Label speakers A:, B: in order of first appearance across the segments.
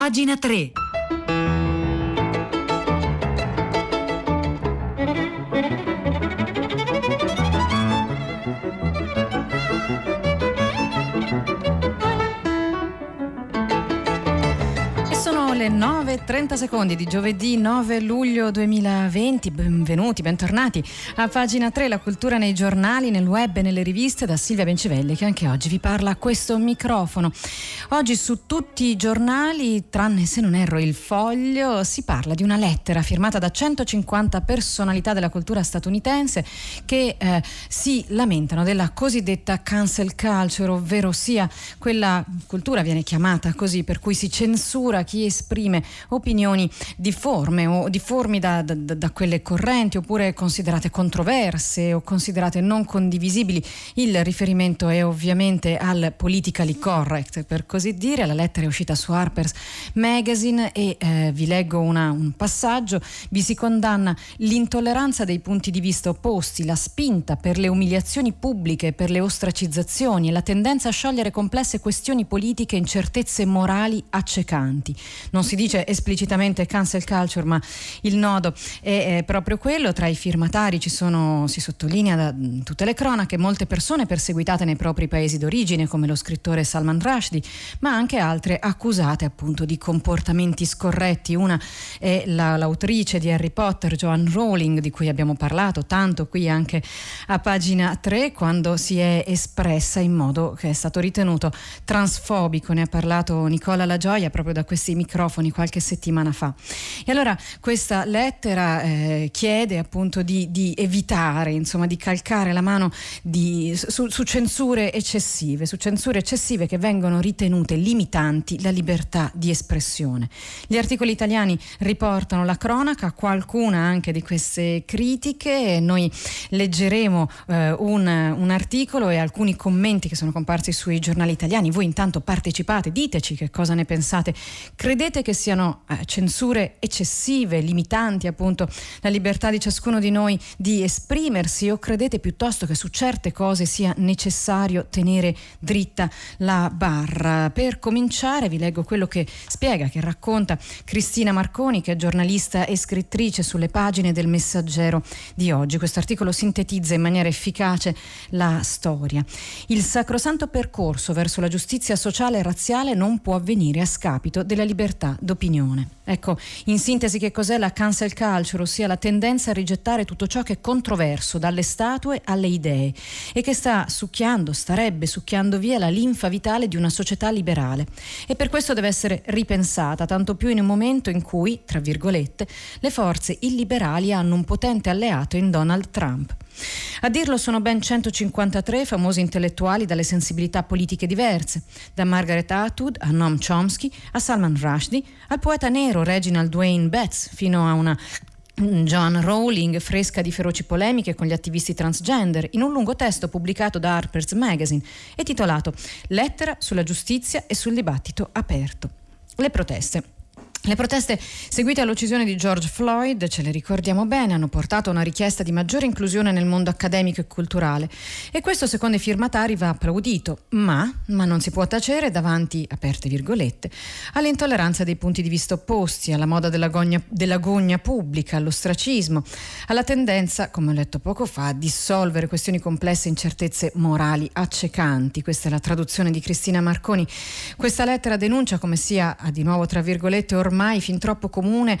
A: Pagina 3. Le 9:30 di giovedì 9 luglio 2020. Benvenuti, bentornati a Pagina 3, la cultura nei giornali, nel web e nelle riviste, da Silvia Bencivelli, che anche oggi vi parla a questo microfono. Oggi su tutti i giornali, tranne se non erro Il Foglio, si parla di una lettera firmata da 150 personalità della cultura statunitense che si lamentano della cosiddetta cancel culture, ovvero sia quella cultura, viene chiamata così, per cui si censura chi esprime opinioni difformi o difformi da quelle correnti, oppure considerate controverse o considerate non condivisibili. Il riferimento è ovviamente al politically correct, per così dire. La lettera è uscita su Harper's Magazine e vi leggo un passaggio. Vi si condanna l'intolleranza dei punti di vista opposti, la spinta per le umiliazioni pubbliche, per le ostracizzazioni e la tendenza a sciogliere complesse questioni politiche in certezze morali accecanti. Non si dice esplicitamente cancel culture, ma il nodo è proprio quello. Tra i firmatari si sottolinea da tutte le cronache molte persone perseguitate nei propri paesi d'origine, come lo scrittore Salman Rushdie, ma anche altre accusate appunto di comportamenti scorretti. Una è l'autrice di Harry Potter, Joanne Rowling, di cui abbiamo parlato tanto qui anche a Pagina 3, quando si è espressa in modo che è stato ritenuto transfobico. Ne ha parlato Nicola La Gioia proprio da questi microfoni qualche settimana fa. E allora questa lettera chiede appunto di evitare, insomma, di calcare la mano su censure eccessive che vengono ritenute limitanti la libertà di espressione. Gli articoli italiani riportano la cronaca, qualcuna anche di queste critiche. Noi leggeremo un articolo e alcuni commenti che sono comparsi sui giornali italiani. Voi intanto partecipate, diteci che cosa ne pensate. Credete che siano censure eccessive, limitanti appunto la libertà di ciascuno di noi di esprimersi, o credete piuttosto che su certe cose sia necessario tenere dritta la barra? Per cominciare vi leggo quello che racconta Cristina Marconi, che è giornalista e scrittrice, sulle pagine del Messaggero di oggi. Questo articolo sintetizza in maniera efficace la storia. Il sacrosanto percorso verso la giustizia sociale e razziale non può avvenire a scapito della libertà d'opinione. Ecco, in sintesi, che cos'è la cancel culture, ossia la tendenza a rigettare tutto ciò che è controverso, dalle statue alle idee, e che starebbe succhiando via la linfa vitale di una società liberale. E per questo deve essere ripensata, tanto più in un momento in cui, tra virgolette, le forze illiberali hanno un potente alleato in Donald Trump. A dirlo sono ben 153 famosi intellettuali dalle sensibilità politiche diverse, da Margaret Atwood a Noam Chomsky a Salman Rushdie, al poeta nero Reginald Wayne Betts, fino a una Joanne Rowling fresca di feroci polemiche con gli attivisti transgender, in un lungo testo pubblicato da Harper's Magazine e titolato Lettera sulla giustizia e sul dibattito aperto. Le proteste seguite all'uccisione di George Floyd, ce le ricordiamo bene, hanno portato a una richiesta di maggiore inclusione nel mondo accademico e culturale, e questo, secondo i firmatari, va applaudito, ma non si può tacere davanti, aperte virgolette, all'intolleranza dei punti di vista opposti, alla moda della gogna pubblica, all'ostracismo, alla tendenza, come ho letto poco fa, a dissolvere questioni complesse in certezze morali accecanti. Questa è la traduzione di Cristina Marconi. Questa lettera denuncia come sia, di nuovo tra virgolette, ormai fin troppo comune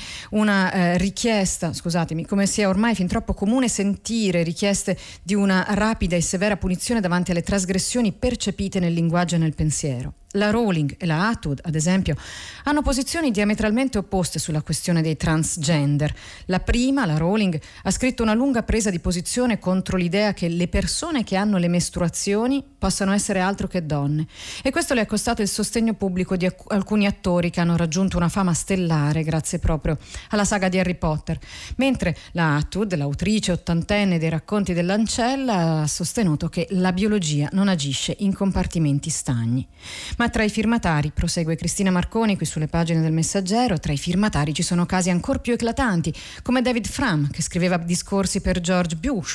A: come sia ormai fin troppo comune sentire richieste di una rapida e severa punizione davanti alle trasgressioni percepite nel linguaggio e nel pensiero. La Rowling e la Atwood, ad esempio, hanno posizioni diametralmente opposte sulla questione dei transgender. La prima, la Rowling, ha scritto una lunga presa di posizione contro l'idea che le persone che hanno le mestruazioni possano essere altro che donne, e questo le è costato il sostegno pubblico di alcuni attori che hanno raggiunto una fama stellare grazie proprio alla saga di Harry Potter, mentre la Atwood, l'autrice ottantenne dei Racconti dell'Ancella, ha sostenuto che la biologia non agisce in compartimenti stagni. Ma tra i firmatari, prosegue Cristina Marconi qui sulle pagine del Messaggero, tra i firmatari ci sono casi ancora più eclatanti, come David Frum, che scriveva discorsi per George Bush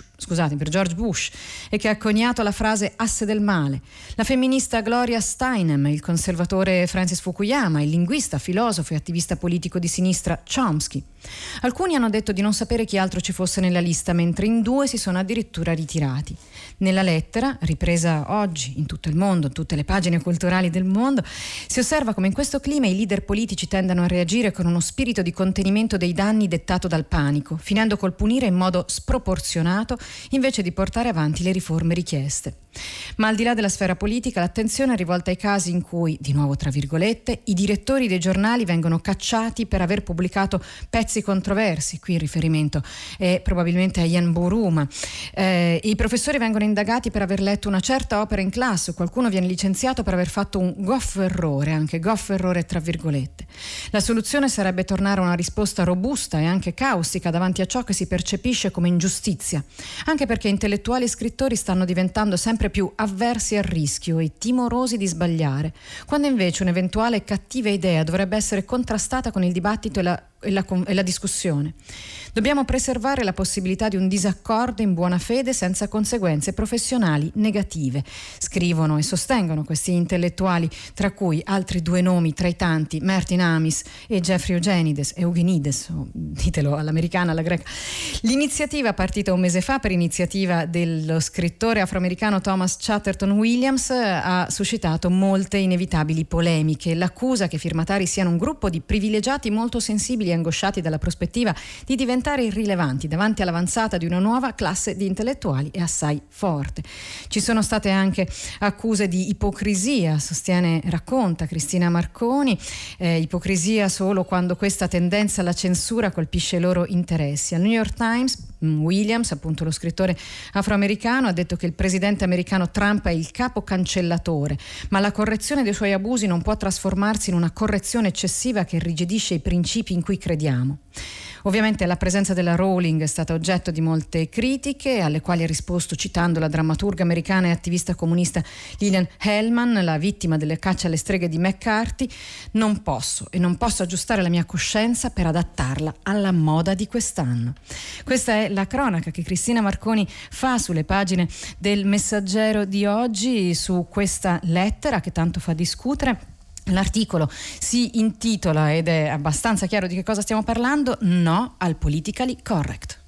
A: e che ha coniato la frase asse del male, la femminista Gloria Steinem, il conservatore Francis Fukuyama, il linguista, filosofo e attivista politico di sinistra Chomsky. Alcuni hanno detto di non sapere chi altro ci fosse nella lista, mentre in 2 si sono addirittura ritirati. Nella lettera, ripresa oggi in tutto il mondo, in tutte le pagine culturali del mondo, si osserva come in questo clima i leader politici tendano a reagire con uno spirito di contenimento dei danni dettato dal panico, finendo col punire in modo sproporzionato invece di portare avanti le riforme richieste. Ma al di là della sfera politica, l'attenzione è rivolta ai casi in cui, di nuovo tra virgolette, i direttori dei giornali vengono cacciati per aver pubblicato pezzi controversi. Qui il riferimento è probabilmente a Ian Buruma. I professori vengono indagati per aver letto una certa opera in classe, o qualcuno viene licenziato per aver fatto un goffo errore, anche goffo errore tra virgolette. La soluzione sarebbe tornare a una risposta robusta e anche caustica davanti a ciò che si percepisce come ingiustizia, anche perché intellettuali e scrittori stanno diventando sempre più avversi al rischio e timorosi di sbagliare, quando invece un'eventuale cattiva idea dovrebbe essere contrastata con il dibattito e la discussione. Dobbiamo preservare la possibilità di un disaccordo in buona fede senza conseguenze professionali negative, scrivono e sostengono questi intellettuali, tra cui altri 2 nomi tra i tanti, Martin Amis e Jeffrey Eugenides, o ditelo all'americana, alla greca. L'iniziativa, partita un mese fa per iniziativa dello scrittore afroamericano Thomas Chatterton Williams, ha suscitato molte inevitabili polemiche. L'accusa che i firmatari siano un gruppo di privilegiati molto sensibili e angosciati dalla prospettiva di diventare irrilevanti davanti all'avanzata di una nuova classe di intellettuali è assai forte. Ci sono state anche accuse di ipocrisia, racconta Cristina Marconi, ipocrisia solo quando questa tendenza alla censura colpisce i loro interessi. Al New York Times Williams, appunto lo scrittore afroamericano, ha detto che il presidente americano Trump è il capo cancellatore, ma la correzione dei suoi abusi non può trasformarsi in una correzione eccessiva che irrigidisce i principi in cui crediamo. Ovviamente la presenza della Rowling è stata oggetto di molte critiche, alle quali ha risposto citando la drammaturga americana e attivista comunista Lillian Hellman, la vittima delle cacce alle streghe di McCarthy. Non posso aggiustare la mia coscienza per adattarla alla moda di quest'anno. Questa è la cronaca che Cristina Marconi fa sulle pagine del Messaggero di oggi su questa lettera che tanto fa discutere. L'articolo si intitola, ed è abbastanza chiaro di che cosa stiamo parlando, No al politically correct.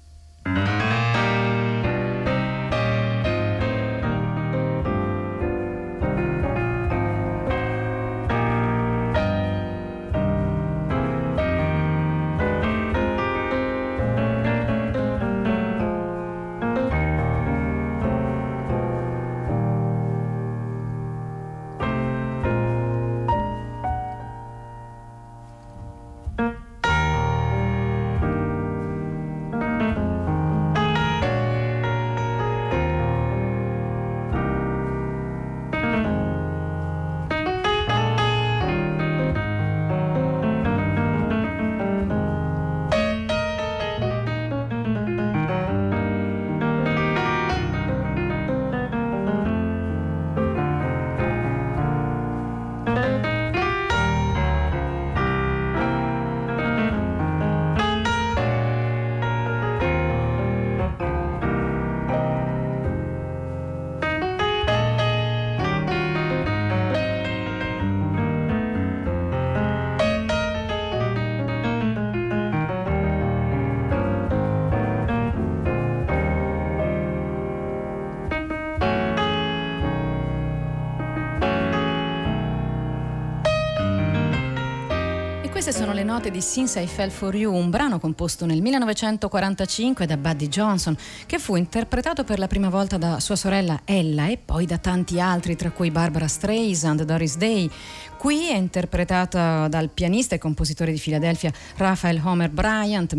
A: Queste sono le note di Since I Fell For You, un brano composto nel 1945 da Buddy Johnson, che fu interpretato per la prima volta da sua sorella Ella e poi da tanti altri, tra cui Barbara Streisand, Doris Day. Qui è interpretata dal pianista e compositore di Philadelphia Raphael Homer Bryant.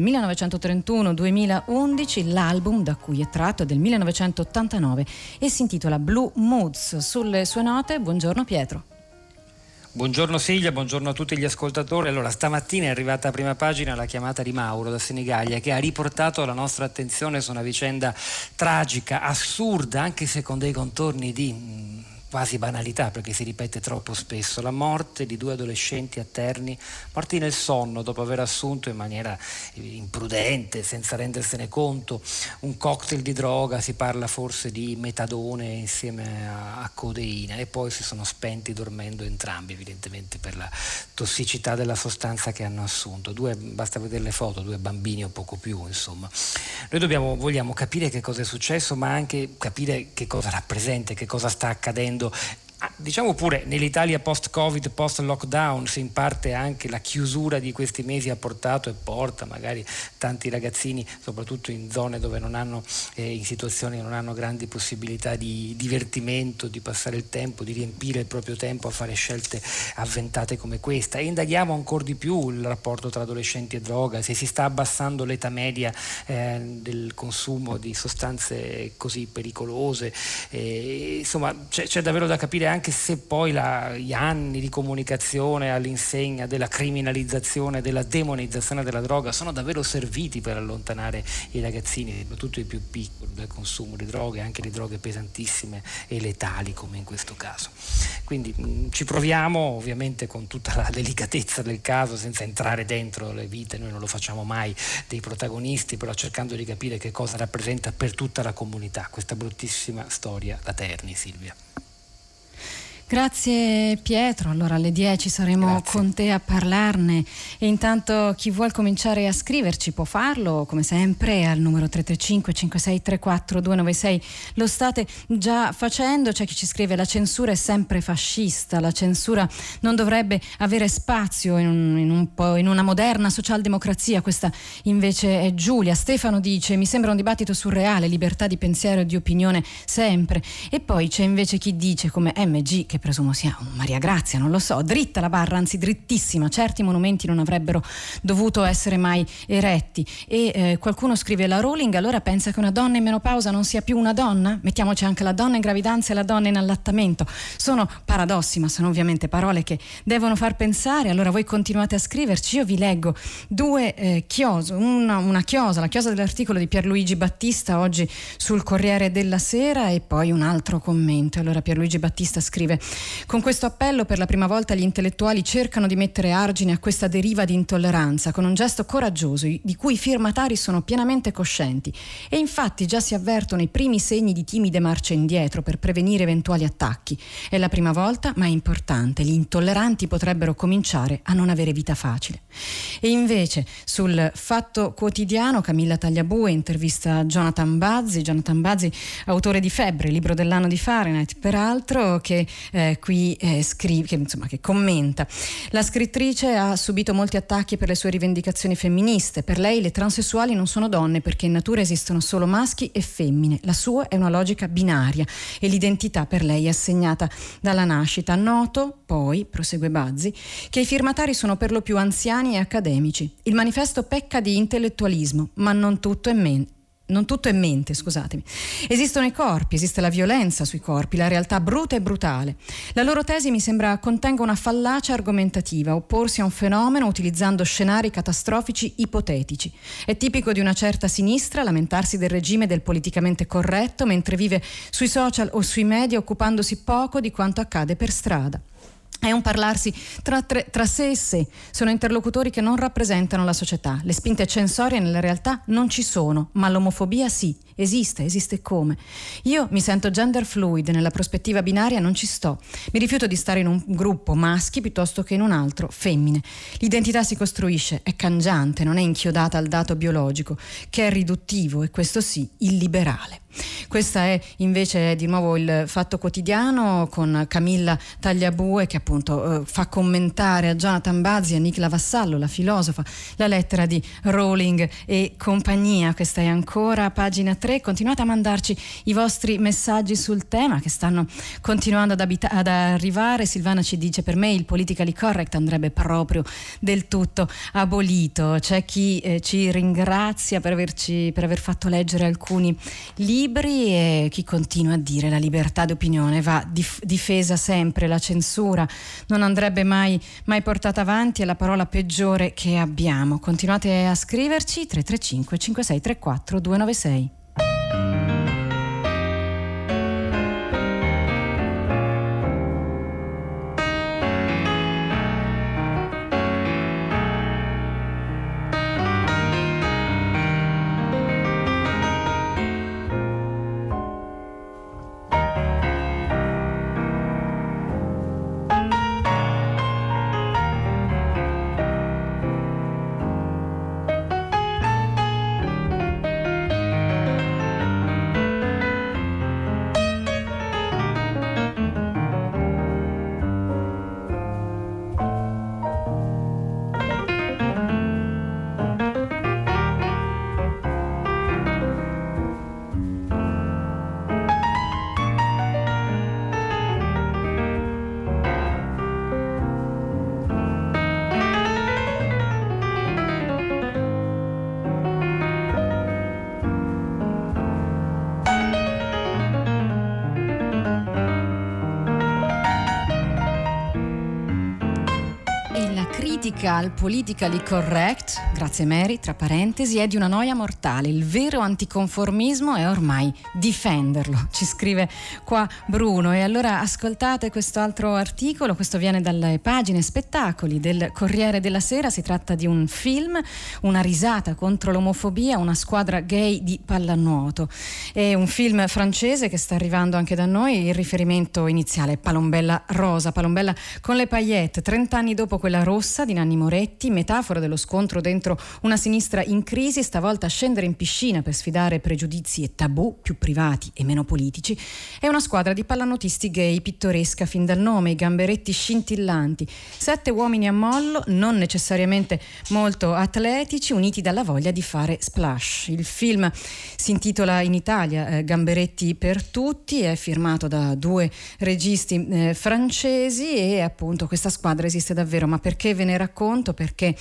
A: 1931-2011, l'album da cui è tratto è del 1989 e si intitola Blue Moods. Sulle sue note, buongiorno Pietro.
B: Buongiorno Silvia, buongiorno a tutti gli ascoltatori. Allora, stamattina è arrivata a prima pagina la chiamata di Mauro da Senigallia, che ha riportato la nostra attenzione su una vicenda tragica, assurda, anche se con dei contorni di quasi banalità, perché si ripete troppo spesso: la morte di 2 adolescenti a Terni, morti nel sonno dopo aver assunto in maniera imprudente, senza rendersene conto, un cocktail di droga, si parla forse di metadone insieme a codeina, e poi si sono spenti dormendo entrambi, evidentemente per la tossicità della sostanza che hanno assunto. Basta vedere le foto, 2 bambini o poco più, insomma. Noi vogliamo capire che cosa è successo, ma anche capire che cosa rappresenta, che cosa sta accadendo. Diciamo pure nell'Italia post-Covid, post-lockdown, se in parte anche la chiusura di questi mesi ha portato e porta magari tanti ragazzini, soprattutto in zone dove non hanno, in situazioni che non hanno grandi possibilità di divertimento, di passare il tempo, di riempire il proprio tempo a fare scelte avventate come questa. E indaghiamo ancora di più il rapporto tra adolescenti e droga, se si sta abbassando l'età media del consumo di sostanze così pericolose. Insomma, c'è davvero da capire anche se poi gli anni di comunicazione all'insegna della criminalizzazione, della demonizzazione della droga sono davvero serviti per allontanare i ragazzini, soprattutto i più piccoli, dal consumo di droghe, anche di droghe pesantissime e letali come in questo caso. Quindi ci proviamo, ovviamente con tutta la delicatezza del caso, senza entrare dentro le vite, noi non lo facciamo mai, dei protagonisti, però cercando di capire che cosa rappresenta per tutta la comunità questa bruttissima storia da Terni. Silvia.
A: Grazie Pietro, allora alle 10 saremo con te a parlarne, e intanto chi vuol cominciare a scriverci può farlo come sempre al numero 335 5634 296. Lo state già facendo. C'è chi ci scrive: la censura è sempre fascista, la censura non dovrebbe avere spazio in una moderna socialdemocrazia. Questa invece è Giulia. Stefano dice: mi sembra un dibattito surreale, libertà di pensiero e di opinione sempre. E poi c'è invece chi dice, come MG, che presumo sia Maria Grazia, non lo so, dritta la barra, anzi drittissima, certi monumenti non avrebbero dovuto essere mai eretti. E qualcuno scrive: la Rowling allora pensa che una donna in menopausa non sia più una donna? Mettiamoci anche la donna in gravidanza e la donna in allattamento. Sono paradossi, ma sono ovviamente parole che devono far pensare. Allora voi continuate a scriverci, io vi leggo 2 chiose, una chiosa, la chiosa dell'articolo di Pierluigi Battista oggi sul Corriere della Sera, e poi un altro commento. Allora Pierluigi Battista scrive: con questo appello per la prima volta gli intellettuali cercano di mettere argine a questa deriva di intolleranza con un gesto coraggioso di cui i firmatari sono pienamente coscienti, e infatti già si avvertono i primi segni di timide marce indietro per prevenire eventuali attacchi. È la prima volta, ma è importante. Gli intolleranti potrebbero cominciare a non avere vita facile. E invece sul Fatto Quotidiano Camilla Tagliabue intervista Jonathan Bazzi, autore di Febbre, libro dell'anno di Fahrenheit peraltro, che qui scrive, che commenta: la scrittrice ha subito molti attacchi per le sue rivendicazioni femministe. Per lei le transessuali non sono donne perché in natura esistono solo maschi e femmine. La sua è una logica binaria e l'identità per lei è assegnata dalla nascita. Noto poi, prosegue Bazzi, che i firmatari sono per lo più anziani e accademici. Il manifesto pecca di intellettualismo, ma non tutto è mente, scusatemi. Esistono i corpi, esiste la violenza sui corpi, la realtà bruta e brutale. La loro tesi mi sembra contenga una fallacia argomentativa, opporsi a un fenomeno utilizzando scenari catastrofici ipotetici. È tipico di una certa sinistra lamentarsi del regime del politicamente corretto mentre vive sui social o sui media occupandosi poco di quanto accade per strada. È un parlarsi tra sé e sé. Sono interlocutori che non rappresentano la società. Le spinte censorie nella realtà non ci sono, ma l'omofobia sì. Esiste come. Io mi sento gender fluid, nella prospettiva binaria non ci sto. Mi rifiuto di stare in un gruppo maschi piuttosto che in un altro femmine. L'identità si costruisce, è cangiante, non è inchiodata al dato biologico, che è riduttivo e questo sì, illiberale. Questa è invece di nuovo il Fatto Quotidiano con Camilla Tagliabue che appunto fa commentare a Jonathan Bazzi e a Nicla Vassallo, la filosofa, la lettera di Rowling e compagnia. Questa è ancora a pagina 3. Continuate a mandarci i vostri messaggi sul tema che stanno continuando ad arrivare. Silvana ci dice: per me il politically correct andrebbe proprio del tutto abolito. C'è chi ci ringrazia per aver fatto leggere alcuni libri, e chi continua a dire la libertà d'opinione va difesa sempre, la censura non andrebbe mai portata avanti, è la parola peggiore che abbiamo. Continuate a scriverci 335 5634 296. critica al politically correct, grazie Mary, tra parentesi, è di una noia mortale. Il vero anticonformismo è ormai difenderlo, ci scrive qua Bruno. E allora ascoltate questo altro articolo, questo viene dalle pagine spettacoli del Corriere della Sera. Si tratta di un film, una risata contro l'omofobia, una squadra gay di pallanuoto. È un film francese che sta arrivando anche da noi. Il riferimento iniziale è Palombella rosa, Palombella con le paillette, 30 anni dopo quella rossa di Nanni Moretti, metafora dello scontro dentro una sinistra in crisi, stavolta scendere in piscina per sfidare pregiudizi e tabù più privati e meno politici. È una squadra di pallanuotisti gay pittoresca fin dal nome, i gamberetti scintillanti, 7 uomini a mollo, non necessariamente molto atletici, uniti dalla voglia di fare splash. Il film si intitola in Italia Gamberetti per tutti, è firmato da 2 registi francesi e appunto questa squadra esiste davvero. Ma perché ve ne racconto? Perché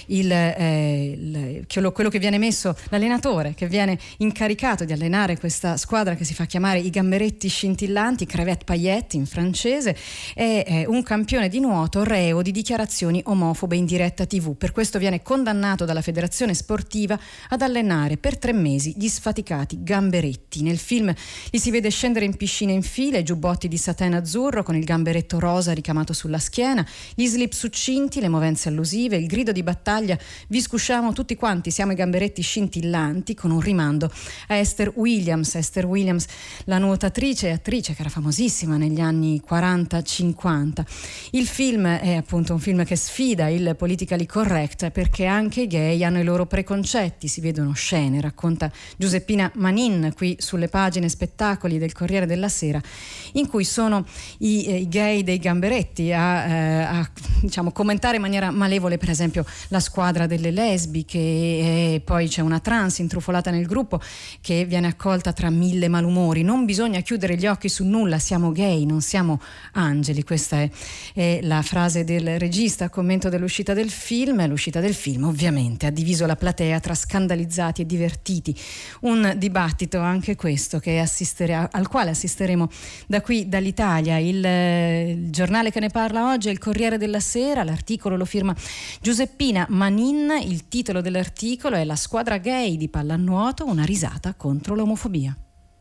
A: quello che viene messo, l'allenatore che viene incaricato di allenare questa squadra che si fa chiamare i gamberetti scintillanti, crevette paillette in francese, è un campione di nuoto reo di dichiarazioni omofobe in diretta TV. Per questo viene condannato dalla federazione sportiva ad allenare per 3 mesi gli sfaticati gamberetti. Nel film li si vede scendere in piscina in fila, i giubbotti di satèn azzurro con il gamberetto rosa ricamato sulla schiena, gli slip succinti, le movenze allusive, il grido di battaglia "vi scusciamo tutti quanti, siamo i gamberetti scintillanti", con un rimando a Esther Williams, la nuotatrice e attrice che era famosissima negli anni 40-50. Il film è appunto un film che sfida il politically correct, perché anche i gay hanno i loro preconcetti, si vedono scene, racconta Giuseppina Manin qui sulle pagine spettacoli del Corriere della Sera, in cui sono i gay dei gamberetti a diciamo commentare in maniera malevole per esempio la squadra delle lesbiche, e poi c'è una trans intrufolata nel gruppo che viene accolta tra 1000 malumori. Non bisogna chiudere gli occhi su nulla, siamo gay, non siamo angeli. Questa è la frase del regista a commento dell'uscita del film. L'uscita del film ovviamente ha diviso la platea tra scandalizzati e divertiti, un dibattito anche questo al quale assisteremo da qui, dall'Italia. Il giornale che ne parla oggi è il Corriere della Sera, l'articolo lo firma Giuseppina Manin, il titolo dell'articolo è "La squadra gay di pallanuoto, una risata contro l'omofobia".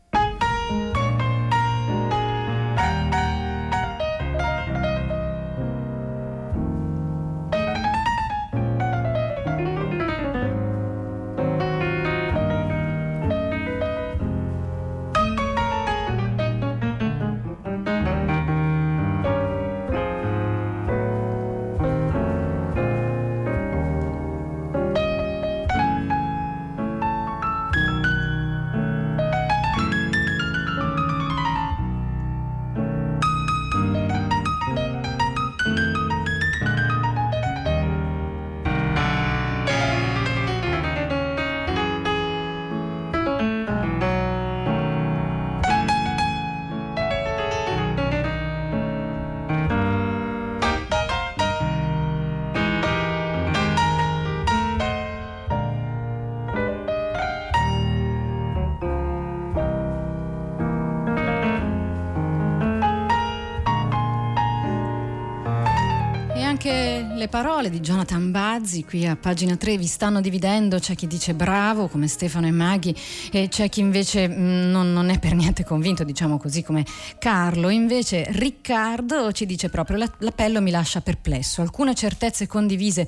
A: Le parole di Jonathan Bazzi qui a pagina 3 vi stanno dividendo. C'è chi dice bravo come Stefano e Maghi e c'è chi invece non è per niente convinto, diciamo così, come Carlo. Invece Riccardo ci dice proprio l'appello mi lascia perplesso. Alcune certezze condivise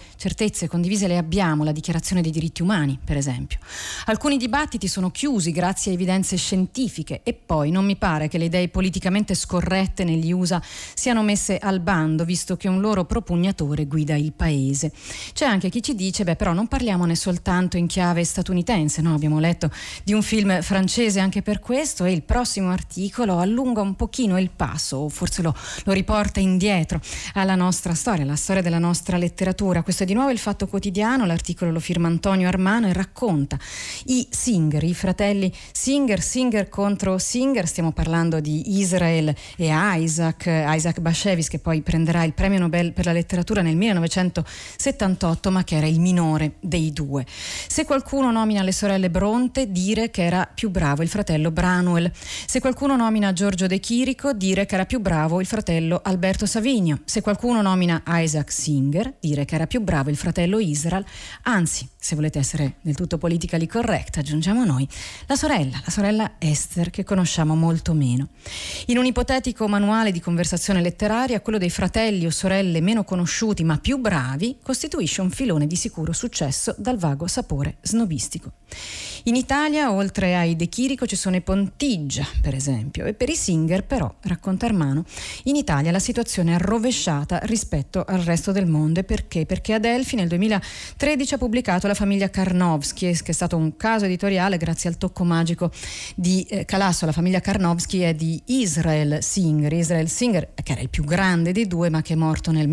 A: le abbiamo, la dichiarazione dei diritti umani per esempio. Alcuni dibattiti sono chiusi grazie a evidenze scientifiche e poi non mi pare che le idee politicamente scorrette negli USA siano messe al bando, visto che un loro propugnatore guida il paese. C'è anche chi ci dice però non parliamone soltanto in chiave statunitense, no? Abbiamo letto di un film francese anche per questo, e il prossimo articolo allunga un pochino il passo, o forse lo riporta indietro alla nostra storia, alla storia della nostra letteratura. Questo è di nuovo il Fatto Quotidiano, l'articolo lo firma Antonio Armano e racconta i Singer, i fratelli Singer contro Singer. Stiamo parlando di Israel e Isaac Bashevis, che poi prenderà il premio Nobel per la letteratura nel 19 1978, ma che era il minore dei due. Se qualcuno nomina le sorelle Bronte, dire che era più bravo il fratello Branwell. Se qualcuno nomina Giorgio De Chirico, dire che era più bravo il fratello Alberto Savinio. Se qualcuno nomina Isaac Singer, dire che era più bravo il fratello Israel. Anzi, se volete essere del tutto politically correct, aggiungiamo noi la sorella Esther, che conosciamo molto meno. In un ipotetico manuale di conversazione letteraria, quello dei fratelli o sorelle meno conosciuti ma più bravi costituisce un filone di sicuro successo dal vago sapore snobistico. In Italia, oltre ai De Chirico, ci sono i Pontiggia, per esempio, e per i Singer, però, racconta Armano, in Italia la situazione è rovesciata rispetto al resto del mondo. E perché? Perché Adelphi nel 2013 ha pubblicato La famiglia Karnowski, che è stato un caso editoriale grazie al tocco magico di Calasso. La famiglia Karnowski è di Israel Singer, che era il più grande dei due, ma che è morto nel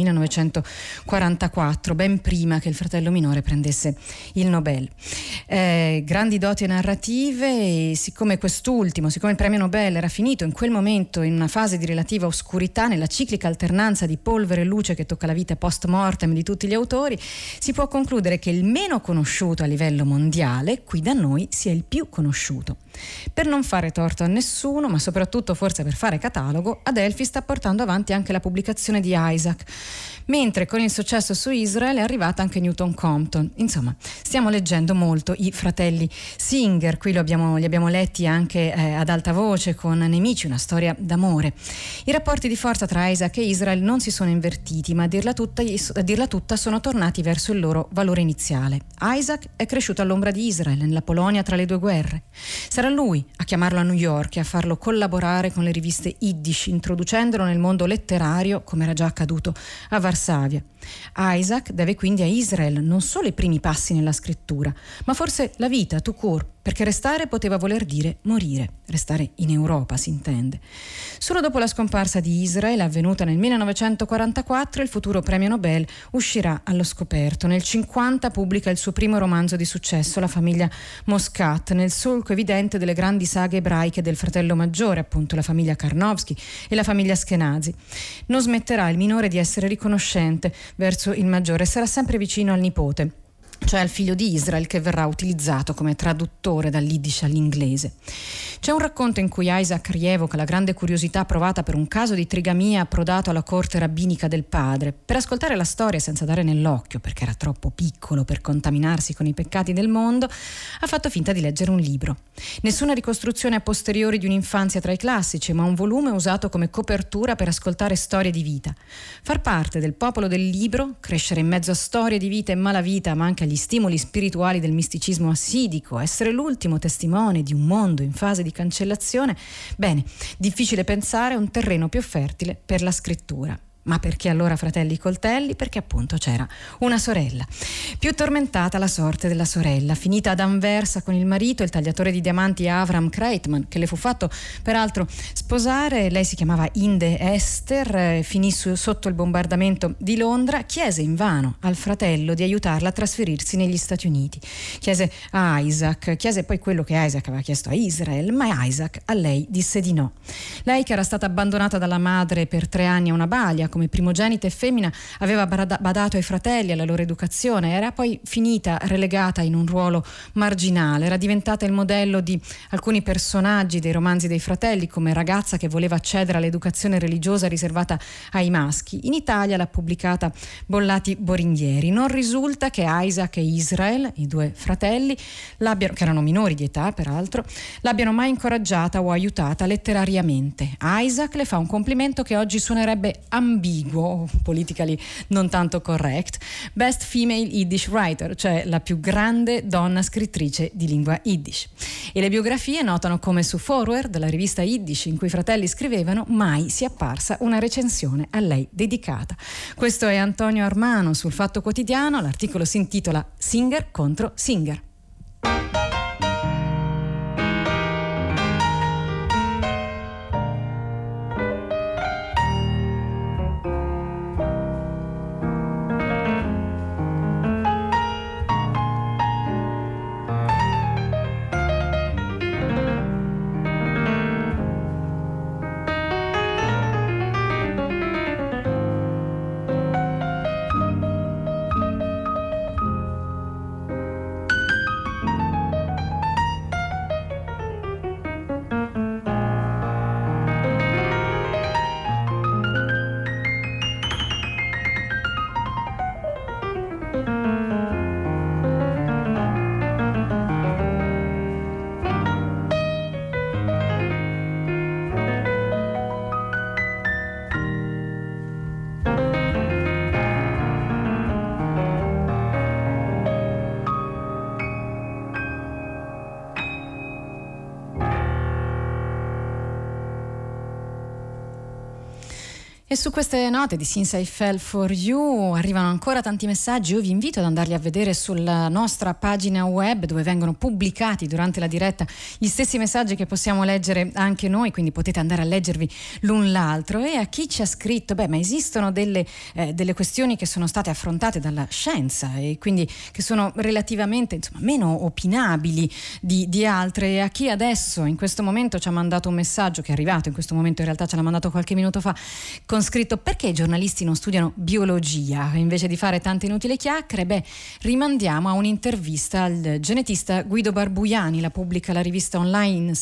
A: 1944, ben prima che il fratello minore prendesse il Nobel. Grandi doti narrative, e siccome il premio Nobel era finito in quel momento in una fase di relativa oscurità, nella ciclica alternanza di polvere e luce che tocca la vita post mortem di tutti gli autori, si può concludere che il meno conosciuto a livello mondiale qui da noi sia il più conosciuto. Per non fare torto a nessuno, ma soprattutto forse per fare catalogo, Adelphi sta portando avanti anche la pubblicazione di Isaac, mentre con il successo su Israel è arrivata anche Newton Compton. Insomma, stiamo leggendo molto i fratelli Singer. Qui li abbiamo letti anche ad alta voce con Nemici, una storia d'amore. I rapporti di forza tra Isaac e Israel non si sono invertiti, ma a dirla tutta sono tornati verso il loro valore iniziale. Isaac è cresciuto all'ombra di Israel nella Polonia tra le due guerre. Sarà lui a chiamarlo a New York e a farlo collaborare con le riviste Yiddish, introducendolo nel mondo letterario come era già accaduto a Varsavia. Isaac deve quindi a Israel non solo i primi passi nella scrittura, ma forse la vita tout court, perché restare poteva voler dire morire, restare in Europa si intende. Solo dopo la scomparsa di Israel, avvenuta nel 1944, il futuro premio Nobel uscirà allo scoperto. Nel 1950 pubblica il suo primo romanzo di successo, La famiglia Moscat, nel solco evidente delle grandi saghe ebraiche del fratello maggiore, appunto la famiglia Karnowski e la famiglia Askenazi. Non smetterà il minore di essere riconoscente verso il maggiore e sarà sempre vicino al nipote, cioè al figlio di Israel, che verrà utilizzato come traduttore dall'Yiddish all'inglese. C'è un racconto in cui Isaac rievoca la grande curiosità provata per un caso di trigamia approdato alla corte rabbinica del padre. Per ascoltare la storia senza dare nell'occhio, perché era troppo piccolo per contaminarsi con i peccati del mondo, ha fatto finta di leggere un libro. Nessuna ricostruzione a posteriori di un'infanzia tra i classici, ma un volume usato come copertura per ascoltare storie di vita. Far parte del popolo del libro, crescere in mezzo a storie di vita e malavita, ma anche agli stimoli spirituali del misticismo assidico, essere l'ultimo testimone di un mondo in fase di cancellazione, bene, difficile pensare un terreno più fertile per la scrittura. Ma perché allora fratelli coltelli? Perché appunto c'era una sorella. Più tormentata la sorte della sorella, finita ad Anversa con il marito, il tagliatore di diamanti Avram Kreitman, che le fu fatto peraltro sposare. Lei si chiamava Inde Esther, finì sotto il bombardamento di Londra. Chiese invano al fratello di aiutarla a trasferirsi negli Stati Uniti. Chiese a Isaac, chiese poi quello che Isaac aveva chiesto a Israel, ma Isaac a lei disse di no. Lei, che era stata abbandonata dalla madre per 3 anni a una balia, come primogenita e femmina, aveva badato ai fratelli, alla loro educazione, era poi finita relegata in un ruolo marginale, era diventata il modello di alcuni personaggi dei romanzi dei fratelli, come ragazza che voleva accedere all'educazione religiosa riservata ai maschi. In Italia l'ha pubblicata Bollati Boringhieri. Non risulta che Isaac e Israel, i due fratelli, che erano minori di età peraltro, l'abbiano mai incoraggiata o aiutata letterariamente. Isaac le fa un complimento che oggi suonerebbe ambiguo, politically non tanto correct: Best Female Yiddish Writer, cioè la più grande donna scrittrice di lingua Yiddish. E le biografie notano come su Forward, la rivista Yiddish in cui i fratelli scrivevano, mai sia apparsa una recensione a lei dedicata. Questo è Antonio Armano sul Fatto Quotidiano, l'articolo si intitola Singer contro Singer. E su queste note di Since I Fell For You arrivano ancora tanti messaggi. Io vi invito ad andarli a vedere sulla nostra pagina web, dove vengono pubblicati durante la diretta gli stessi messaggi che possiamo leggere anche noi, quindi potete andare a leggervi l'un l'altro. E a chi ci ha scritto, ma esistono delle questioni che sono state affrontate dalla scienza e quindi che sono relativamente meno opinabili di altre. E a chi adesso in questo momento ci ha mandato un messaggio, che è arrivato in questo momento, in realtà ce l'ha mandato qualche minuto fa, con scritto: perché i giornalisti non studiano biologia invece di fare tante inutili chiacchiere? Rimandiamo a un'intervista al genetista Guido Barbuiani, la pubblica la rivista online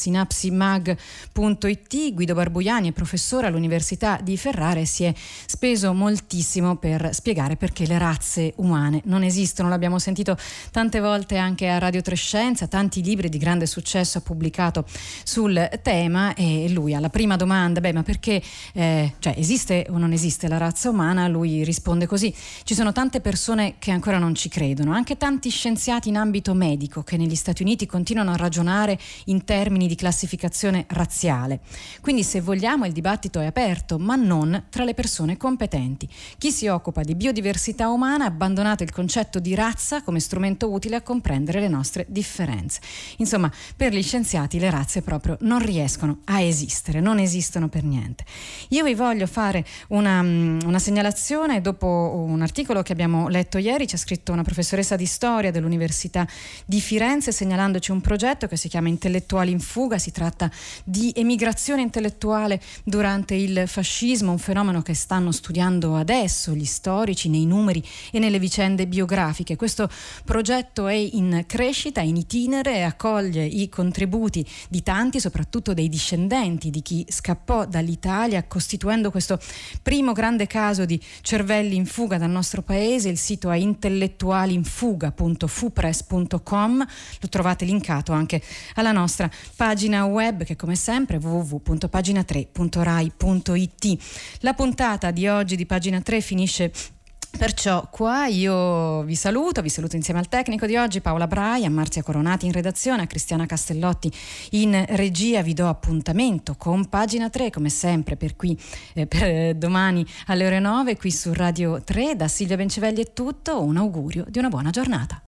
A: sinapsimag.it. Guido Barbuiani è professore all'Università di Ferrara e si è speso moltissimo per spiegare perché le razze umane non esistono. L'abbiamo sentito tante volte anche a Radio Trescenza, tanti libri di grande successo ha pubblicato sul tema, e lui alla prima domanda, ma perché esiste o non esiste la razza umana, lui risponde così: ci sono tante persone che ancora non ci credono, anche tanti scienziati in ambito medico che negli Stati Uniti continuano a ragionare in termini di classificazione razziale. Quindi, se vogliamo, il dibattito è aperto, ma non tra le persone competenti. Chi si occupa di biodiversità umana ha abbandonato il concetto di razza come strumento utile a comprendere le nostre differenze. Insomma, per gli scienziati le razze proprio non riescono a esistere, non esistono per niente. Io vi voglio fare una segnalazione dopo un articolo che abbiamo letto ieri. Ci ha scritto una professoressa di storia dell'Università di Firenze segnalandoci un progetto che si chiama Intellettuali in fuga. Si tratta di emigrazione intellettuale durante il fascismo, un fenomeno che stanno studiando adesso gli storici nei numeri e nelle vicende biografiche. Questo progetto è in crescita, in itinere, e accoglie i contributi di tanti, soprattutto dei discendenti di chi scappò dall'Italia, costituendo questo primo grande caso di cervelli in fuga dal nostro paese. Il sito è intellettualinfuga.fupress.com, lo trovate linkato anche alla nostra pagina web, che come sempre è www.pagina3.rai.it. La puntata di oggi di Pagina 3 finisce perciò qua. Io vi saluto insieme al tecnico di oggi, Paola Braia, a Marzia Coronati in redazione, a Cristiana Castellotti in regia. Vi do appuntamento con Pagina 3 come sempre per domani alle ore 9 qui su Radio 3. Da Silvia Bencivelli è tutto, un augurio di una buona giornata.